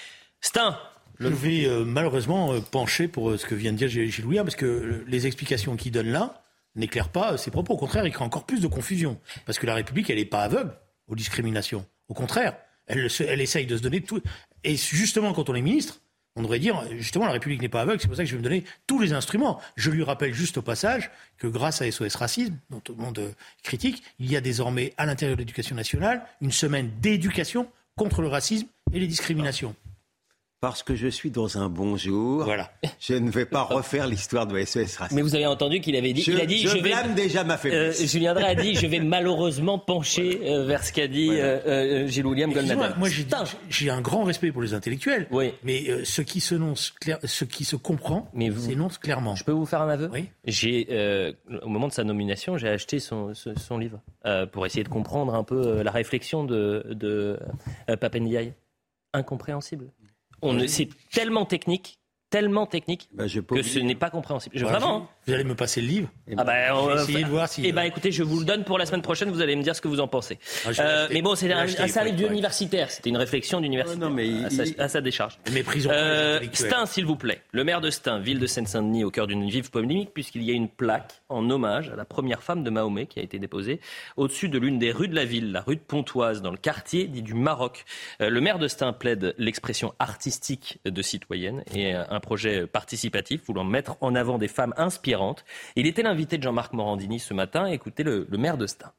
Je vais malheureusement pencher pour ce que vient de dire Gilles William, parce que les explications qu'il donne là n'éclairent pas ses propos. Au contraire, il crée encore plus de confusion. Parce que la République, elle n'est pas aveugle aux discriminations. Au contraire, Elle essaye de se donner tout. Et justement, quand on est ministre, on devrait dire, justement, la République n'est pas aveugle, c'est pour ça que je vais me donner tous les instruments. Je lui rappelle juste au passage que grâce à SOS Racisme, dont tout le monde critique, il y a désormais à l'intérieur de l'Éducation nationale une semaine d'éducation contre le racisme et les discriminations. Parce que je suis dans un bon jour, voilà. Je ne vais pas refaire l'histoire de SOS Racisme. Mais vous avez entendu qu'il avait dit... Je blâme déjà ma faiblesse. Julien Drey a dit, je vais malheureusement pencher vers ce qu'a dit Gilles William Goldnadel. Moi, j'ai un grand respect pour les intellectuels, mais ce qui se comprend, s'énonce clairement. Je peux vous faire un aveu ? Oui. Au moment de sa nomination, j'ai acheté son livre pour essayer de comprendre un peu la réflexion de Pap Ndiaye. Incompréhensible. C'est tellement technique que ce n'est pas compréhensible. Vraiment. Vous allez me passer le livre. Essayez de voir si... écoutez, je vous le donne pour la semaine prochaine, vous allez me dire ce que vous en pensez. Mais bon, c'est un livre d'universitaire. C'était une réflexion d'universitaire à sa décharge. Stein, s'il vous plaît. Le maire de Stein, ville de Seine-Saint-Denis, au cœur d'une vive polémique, puisqu'il y a une plaque en hommage à la première femme de Mahomet qui a été déposée au-dessus de l'une des rues de la ville, la rue de Pontoise, dans le quartier dit du Maroc. Le maire de Stein plaide l'expression artistique de citoyenne et un projet participatif voulant mettre en avant des femmes inspirantes. Il était l'invité de Jean-Marc Morandini ce matin. Écoutez le maire de Stein.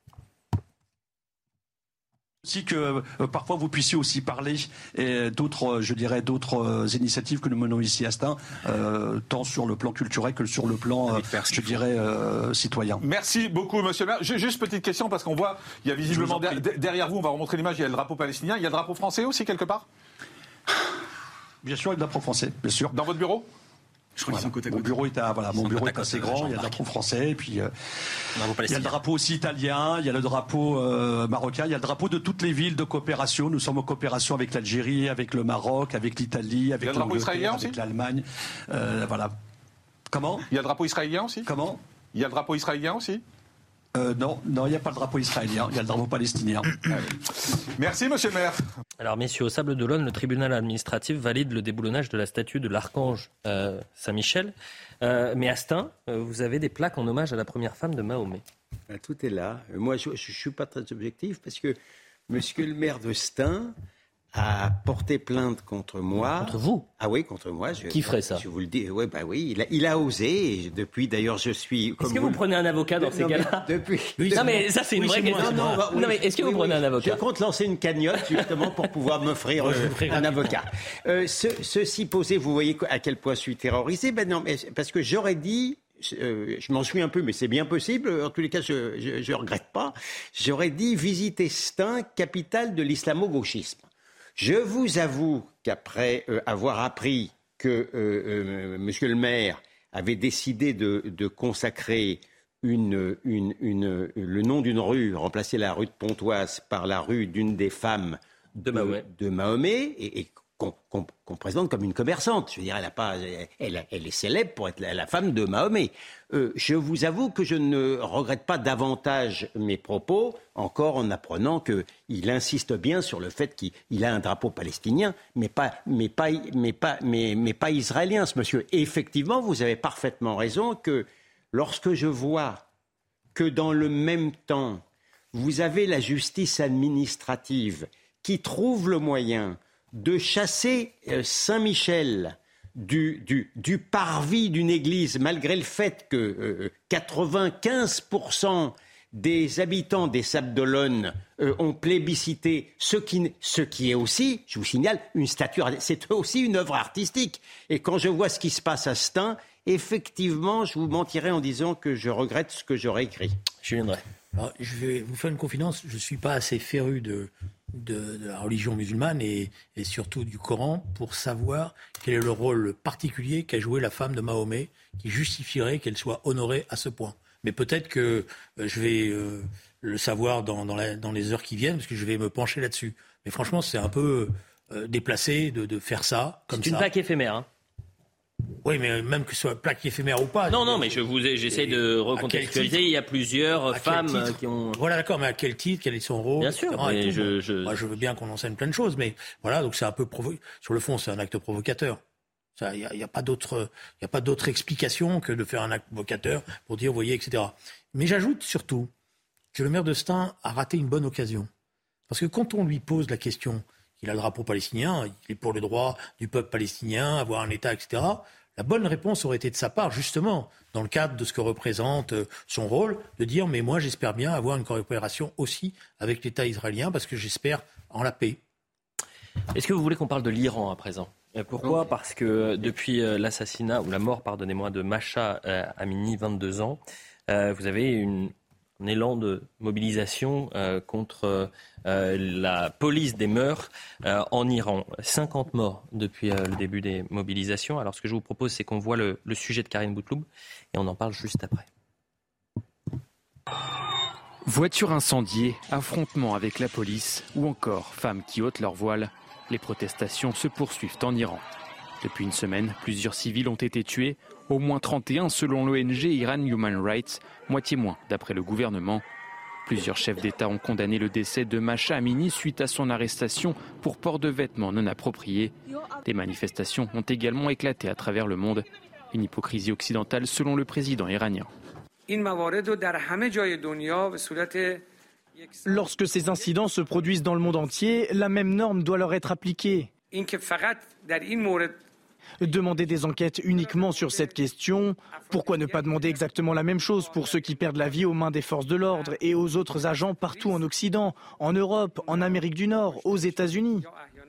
Aussi que parfois vous puissiez aussi parler d'autres initiatives que nous menons ici à Stein, tant sur le plan culturel que sur le plan, citoyen. Merci beaucoup, monsieur le maire. Juste petite question, parce qu'on voit, il y a visiblement derrière vous, on va remontrer l'image, il y a le drapeau palestinien, il y a le drapeau français aussi quelque part ? Bien sûr, il y a le drapeau français, bien sûr. Dans votre bureau ? Je crois qu'ils sont côté à côté. Mon bureau est assez grand, il y a le drapeau français, et puis il y a le drapeau aussi italien, il y a le drapeau marocain, il y a le drapeau de toutes les villes de coopération. Nous sommes en coopération avec l'Algérie, avec le Maroc, avec l'Italie, avec l'Angleterre, avec l'Allemagne. Voilà. Comment ? Il y a le drapeau israélien aussi ? Comment ? Il y a le drapeau israélien aussi ? Non, il n'y a pas le drapeau israélien, il y a le drapeau palestinien. Merci, monsieur le maire. Alors, messieurs, au Sable d'Olonne, le tribunal administratif valide le déboulonnage de la statue de l'archange Saint-Michel. Mais à Stein, vous avez des plaques en hommage à la première femme de Mahomet. Tout est là. Moi, je ne suis pas très objectif parce que monsieur le maire de Stein a porté plainte contre moi. Contre vous ? Ah oui, contre moi. Qui ferait ça ? Je vous le dis. Oui, il a osé. Et depuis, d'ailleurs, je suis. Est-ce que vous prenez un avocat dans ces cas-là ? Non, mais ça, c'est une vraie question. Non, mais est-ce que vous prenez un avocat ? Je compte lancer une cagnotte justement pour pouvoir m'offrir un avocat. Ceci posé, vous voyez à quel point je suis terrorisé. Non, mais parce que j'aurais dit. Je m'en suis un peu, mais c'est bien possible. En tous les cas, je regrette pas. J'aurais dit visiter Stein, capitale de l'islamo-gauchisme. Je vous avoue qu'après avoir appris que monsieur le maire avait décidé de consacrer le nom d'une rue, remplacer la rue de Pontoise par la rue d'une des femmes de Mahomet, et qu'on présente comme une commerçante. Je veux dire, elle est célèbre pour être la femme de Mahomet. Je vous avoue que je ne regrette pas davantage mes propos, encore en apprenant qu'il insiste bien sur le fait qu'il a un drapeau palestinien, mais pas israélien, ce monsieur. Et effectivement, vous avez parfaitement raison que lorsque je vois que dans le même temps, vous avez la justice administrative qui trouve le moyen de chasser Saint-Michel du parvis d'une église, malgré le fait que 95% des habitants des Sables d'Olonne ont plébiscité ce qui est aussi, je vous signale, une statue, c'est aussi une œuvre artistique. Et quand je vois ce qui se passe à Stein, effectivement, je vous mentirais en disant que je regrette ce que j'aurais écrit. Je viendrai. Alors, je vais vous faire une confidence, je ne suis pas assez féru de la religion musulmane et surtout du Coran pour savoir quel est le rôle particulier qu'a joué la femme de Mahomet qui justifierait qu'elle soit honorée à ce point. Mais peut-être que je vais le savoir dans les heures qui viennent parce que je vais me pencher là-dessus. Mais franchement, c'est un peu déplacé de faire ça comme ça. C'est une plaque éphémère, hein. Oui, mais même que ce soit plaque éphémère ou pas. Non, mais j'essaie de recontextualiser. Il y a plusieurs femmes qui ont... Voilà, d'accord, mais à quel titre, quel est son rôle? Bien sûr. Moi, je veux bien qu'on enseigne plein de choses, mais voilà, donc c'est un peu sur le fond, c'est un acte provocateur. Il n'y a pas d'autre explication que de faire un acte provocateur pour dire, vous voyez, etc. Mais j'ajoute surtout que le maire de Stein a raté une bonne occasion. Parce que quand on lui pose la question, qu'il a le drapeau palestinien, il est pour le droit du peuple palestinien, avoir un État, etc. La bonne réponse aurait été de sa part, justement, dans le cadre de ce que représente son rôle, de dire « mais moi j'espère bien avoir une coopération aussi avec l'État israélien parce que j'espère en la paix ». Est-ce que vous voulez qu'on parle de l'Iran à présent ? Pourquoi ? Parce que depuis l'assassinat, ou la mort, pardonnez-moi, de Mahsa Amini, 22 ans, vous avez un élan de mobilisation contre la police des mœurs en Iran. 50 morts depuis le début des mobilisations. Alors ce que je vous propose, c'est qu'on voit le sujet de Karine Boutloub et on en parle juste après. Voiture incendiée, affrontement avec la police ou encore femmes qui ôtent leur voile. Les protestations se poursuivent en Iran. Depuis une semaine, plusieurs civils ont été tués, au moins 31 selon l'ONG Iran Human Rights, moitié moins d'après le gouvernement. Plusieurs chefs d'État ont condamné le décès de Mahsa Amini suite à son arrestation pour port de vêtements non appropriés. Des manifestations ont également éclaté à travers le monde. Une hypocrisie occidentale selon le président iranien. Lorsque ces incidents se produisent dans le monde entier, la même norme doit leur être appliquée. Demander des enquêtes uniquement sur cette question, pourquoi ne pas demander exactement la même chose pour ceux qui perdent la vie aux mains des forces de l'ordre et aux autres agents partout en Occident, en Europe, en Amérique du Nord, aux États-Unis ?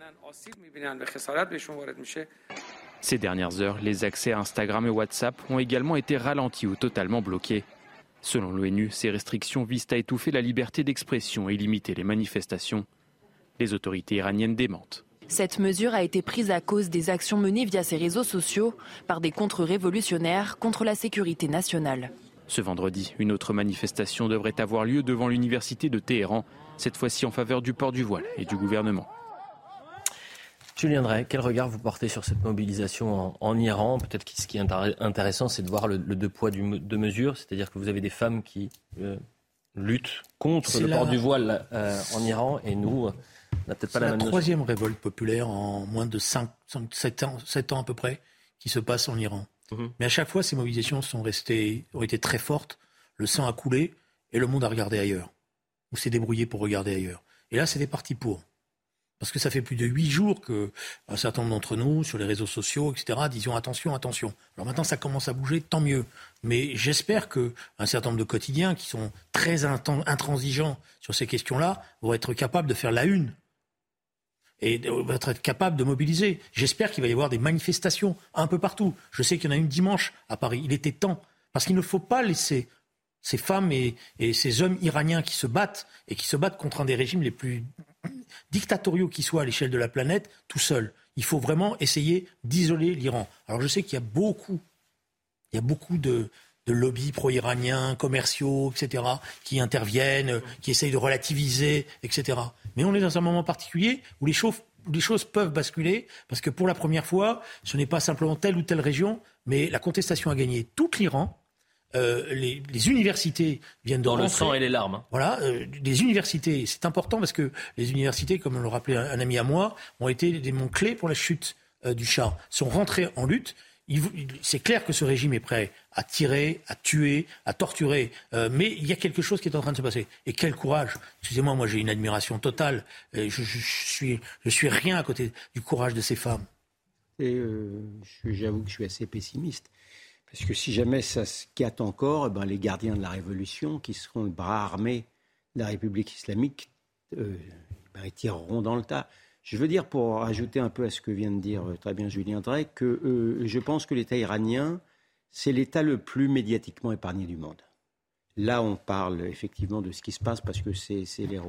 Ces dernières heures, les accès à Instagram et WhatsApp ont également été ralentis ou totalement bloqués. Selon l'ONU, ces restrictions visent à étouffer la liberté d'expression et limiter les manifestations. Les autorités iraniennes démentent. Cette mesure a été prise à cause des actions menées via ces réseaux sociaux par des contre-révolutionnaires contre la sécurité nationale. Ce vendredi, une autre manifestation devrait avoir lieu devant l'université de Téhéran, cette fois-ci en faveur du port du voile et du gouvernement. Julien Drey, quel regard vous portez sur cette mobilisation en Iran ? Peut-être que ce qui est intéressant, c'est de voir le deux poids, deux mesures. C'est-à-dire que vous avez des femmes qui luttent contre le port du voile en Iran et nous, on n'a peut-être pas la même notion. C'est la troisième révolte populaire en moins de 7 ans à peu près qui se passe en Iran. Mais à chaque fois, ces mobilisations ont été très fortes, le sang a coulé et le monde a regardé ailleurs. On s'est débrouillé pour regarder ailleurs. Et là, c'était parti pour. Parce que ça fait plus de 8 jours qu'un certain nombre d'entre nous, sur les réseaux sociaux, etc., disions attention, attention. Alors maintenant, ça commence à bouger, tant mieux. Mais j'espère qu'un certain nombre de quotidiens qui sont très intransigeants sur ces questions-là vont être capables de faire la une et vont être capables de mobiliser. J'espère qu'il va y avoir des manifestations un peu partout. Je sais qu'il y en a une dimanche à Paris. Il était temps. Parce qu'il ne faut pas laisser ces femmes et ces hommes iraniens qui se battent et qui se battent contre un des régimes les plus dictatoriaux qui soient à l'échelle de la planète, tout seul. Il faut vraiment essayer d'isoler l'Iran. Alors je sais qu'il y a beaucoup de lobbies pro-iraniens, commerciaux, etc., qui interviennent, qui essayent de relativiser, etc. Mais on est dans un moment particulier où les choses peuvent basculer, parce que pour la première fois, ce n'est pas simplement telle ou telle région, mais la contestation a gagné toute l'Iran. Les universités viennent de dans rentrer. Le sang et les larmes. Voilà, les universités, c'est important parce que les universités, comme le rappelait un ami à moi, ont été des moments clés pour la chute du Shah, sont rentrés en lutte. C'est clair que ce régime est prêt à tirer, à tuer, à torturer, mais il y a quelque chose qui est en train de se passer. Et quel courage! Excusez-moi, moi j'ai une admiration totale. Je suis rien à côté du courage de ces femmes. Et j'avoue que je suis assez pessimiste. Parce que si jamais ça se gâte encore, les gardiens de la Révolution, qui seront le bras armé de la République islamique, ils tireront dans le tas. Je veux dire, pour ajouter un peu à ce que vient de dire très bien Julien Drey, que je pense que l'État iranien, c'est l'État le plus médiatiquement épargné du monde. Là, on parle effectivement de ce qui se passe parce que c'est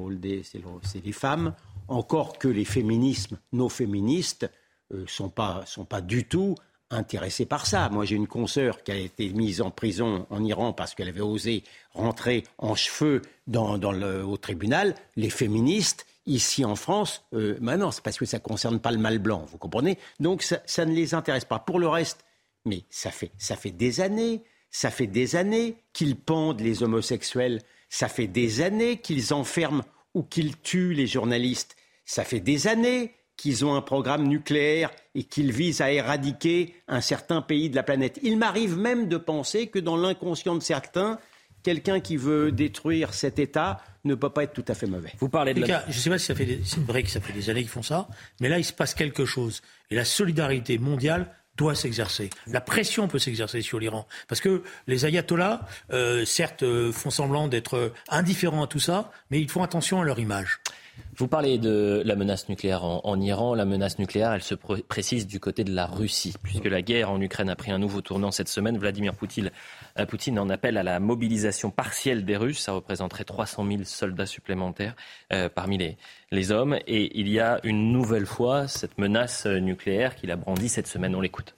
les femmes, encore que les féminismes, nos féministes, sont pas du tout intéressés par ça. Moi, j'ai une consoeur qui a été mise en prison en Iran parce qu'elle avait osé rentrer en cheveux au tribunal. Les féministes, ici en France, non, c'est parce que ça ne concerne pas le mâle blanc, vous comprenez ? Donc, ça ne les intéresse pas. Pour le reste, mais ça fait des années qu'ils pendent les homosexuels. Ça fait des années qu'ils enferment ou qu'ils tuent les journalistes. Ça fait des années qu'ils ont un programme nucléaire et qu'ils visent à éradiquer un certain pays de la planète. Il m'arrive même de penser que dans l'inconscient de certains, quelqu'un qui veut détruire cet État ne peut pas être tout à fait mauvais. Vous parlez de je ne sais pas si c'est vrai que ça fait des années qu'ils font ça, mais là, il se passe quelque chose. Et la solidarité mondiale doit s'exercer. La pression peut s'exercer sur l'Iran. Parce que les ayatollahs, certes, font semblant d'être indifférents à tout ça, mais ils font attention à leur image. Vous parlez de la menace nucléaire en Iran. La menace nucléaire, elle se précise du côté de la Russie, puisque la guerre en Ukraine a pris un nouveau tournant cette semaine. Vladimir Poutine en appelle à la mobilisation partielle des Russes. Ça représenterait 300 000 soldats supplémentaires parmi les hommes. Et il y a une nouvelle fois cette menace nucléaire qu'il a brandie cette semaine. On l'écoute.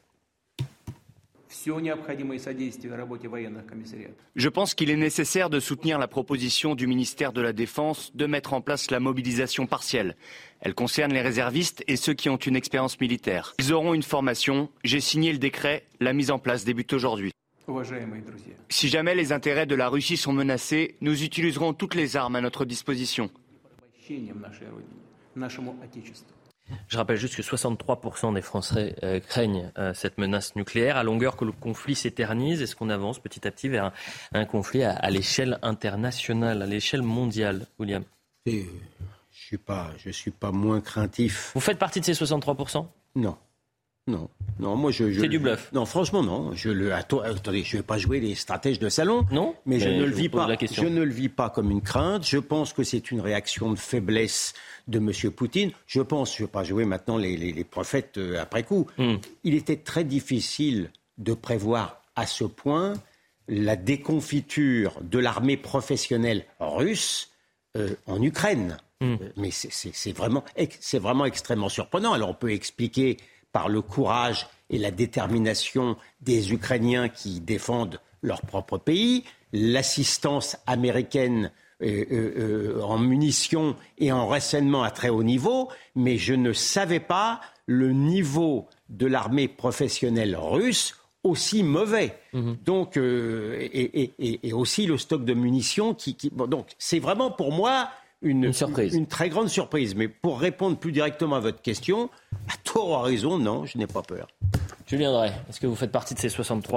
Je pense qu'il est nécessaire de soutenir la proposition du ministère de la Défense de mettre en place la mobilisation partielle. Elle concerne les réservistes et ceux qui ont une expérience militaire. Ils auront une formation. J'ai signé le décret. La mise en place débute aujourd'hui. Si jamais les intérêts de la Russie sont menacés, nous utiliserons toutes les armes à notre disposition. Je rappelle juste que 63% des Français craignent cette menace nucléaire. À longueur que le conflit s'éternise, est-ce qu'on avance petit à petit vers un conflit à l'échelle internationale, à l'échelle mondiale, William ? Je suis pas moins craintif. Vous faites partie de ces 63% ? Non, moi c'est du bluff. Non, franchement, non. Attendez, je vais pas jouer les stratèges de salon. Non, mais je ne le vis pas. Je ne le vis pas comme une crainte. Je pense que c'est une réaction de faiblesse de M. Poutine. Je vais pas jouer maintenant les prophètes après coup. Il était très difficile de prévoir à ce point la déconfiture de l'armée professionnelle russe en Ukraine. Mais c'est vraiment extrêmement surprenant. Alors on peut expliquer par le courage et la détermination des Ukrainiens qui défendent leur propre pays, l'assistance américaine en munitions et en renseignement à très haut niveau, mais je ne savais pas le niveau de l'armée professionnelle russe aussi mauvais. Donc, et aussi le stock de munitions donc c'est vraiment pour moi une surprise. Une très grande surprise. Mais pour répondre plus directement à votre question, à tort ou à raison, non, je n'ai pas peur. Julien Drey, est-ce que vous faites partie de ces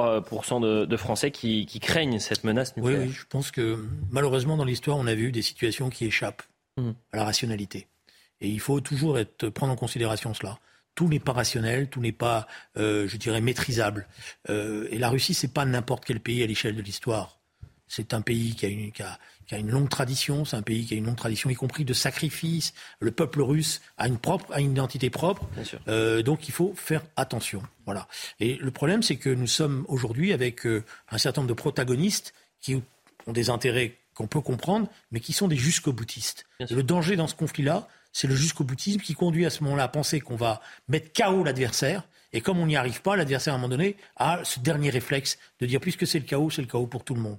63% de Français qui craignent cette menace nucléaire ? Oui, je pense que malheureusement dans l'histoire, on a vu des situations qui échappent à la rationalité. Et il faut toujours prendre en considération cela. Tout n'est pas rationnel, tout n'est pas, maîtrisable. Et la Russie, c'est pas n'importe quel pays à l'échelle de l'histoire. C'est un pays qui a une longue tradition, c'est un pays qui a une longue tradition, y compris de sacrifice. Le peuple russe a une identité propre, donc il faut faire attention. Voilà. Et le problème, c'est que nous sommes aujourd'hui avec un certain nombre de protagonistes qui ont des intérêts qu'on peut comprendre, mais qui sont des jusqu'au-boutistes. Le danger dans ce conflit-là, c'est le jusqu'au-boutisme qui conduit à ce moment-là à penser qu'on va mettre KO l'adversaire. Et comme on n'y arrive pas, l'adversaire, à un moment donné, a ce dernier réflexe de dire puisque c'est le chaos pour tout le monde.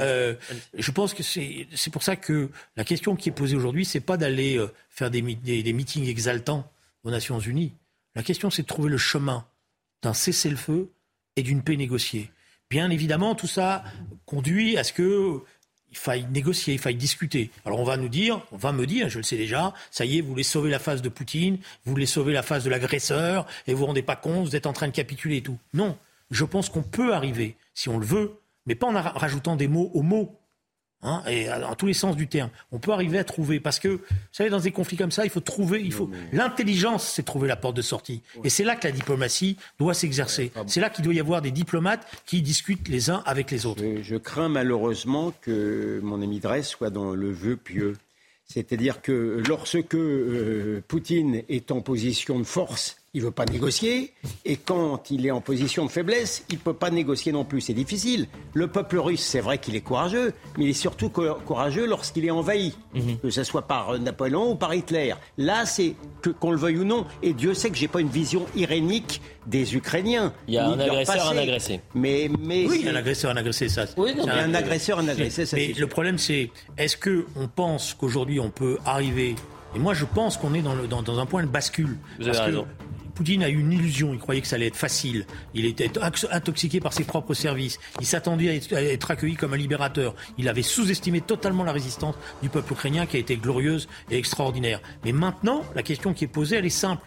Je pense que c'est pour ça que la question qui est posée aujourd'hui, c'est pas d'aller faire des meetings exaltants aux Nations Unies. La question, c'est de trouver le chemin d'un cessez-le-feu et d'une paix négociée. Bien évidemment, tout ça conduit à ce que il faille négocier, il faille discuter. Alors on va me dire, je le sais déjà, ça y est, vous voulez sauver la face de Poutine, vous voulez sauver la face de l'agresseur, et vous vous rendez pas compte, vous êtes en train de capituler et tout. Non, je pense qu'on peut arriver, si on le veut, mais pas en rajoutant des mots aux mots, et dans tous les sens du terme. On peut arriver à trouver, parce que, vous savez, dans des conflits comme ça, l'intelligence, c'est trouver la porte de sortie. Et c'est là que la diplomatie doit s'exercer. C'est là qu'il doit y avoir des diplomates qui discutent les uns avec les autres. Je crains malheureusement que mon ami Drey soit dans le vœu pieux. C'est-à-dire que lorsque Poutine est en position de force, il ne veut pas négocier. Et quand il est en position de faiblesse, il ne peut pas négocier non plus. C'est difficile. Le peuple russe, c'est vrai qu'il est courageux, mais il est surtout courageux lorsqu'il est envahi. Que ce soit par Napoléon ou par Hitler. Là, c'est qu'on le veuille ou non. Et Dieu sait que je n'ai pas une vision irénique des Ukrainiens. Il y a un agresseur, un agressé. Mais oui, un agresseur, un agressé, ça. Oui, non, un agresseur, un agressé, ça. Mais le problème, c'est, est-ce qu'on pense qu'aujourd'hui, on peut arriver... Et moi, je pense qu'on est dans un point de bascule. Vous avez raison. Poutine a eu une illusion, il croyait que ça allait être facile. Il était intoxiqué par ses propres services. Il s'attendait à être accueilli comme un libérateur. Il avait sous-estimé totalement la résistance du peuple ukrainien qui a été glorieuse et extraordinaire. Mais maintenant, la question qui est posée, elle est simple.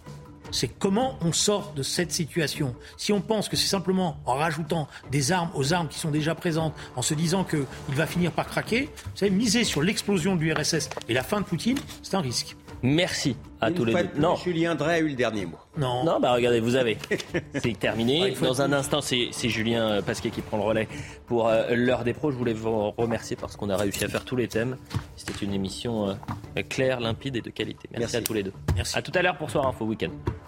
c'est comment on sort de cette situation. Si on pense que c'est simplement en rajoutant des armes aux armes qui sont déjà présentes, en se disant qu'il va finir par craquer, vous savez, miser sur l'explosion de l'URSS et la fin de Poutine, c'est un risque. Merci à tous les deux. Non, Julien Drey a eu le dernier mot. Non, regardez, vous avez. C'est terminé. Dans un instant, c'est Julien Pasquet qui prend le relais pour l'heure des pros. Je voulais vous remercier parce qu'on a réussi à faire tous les thèmes. C'était une émission claire, limpide et de qualité. Merci à tous les deux. Merci. À tout à l'heure pour Soir Info Week-end.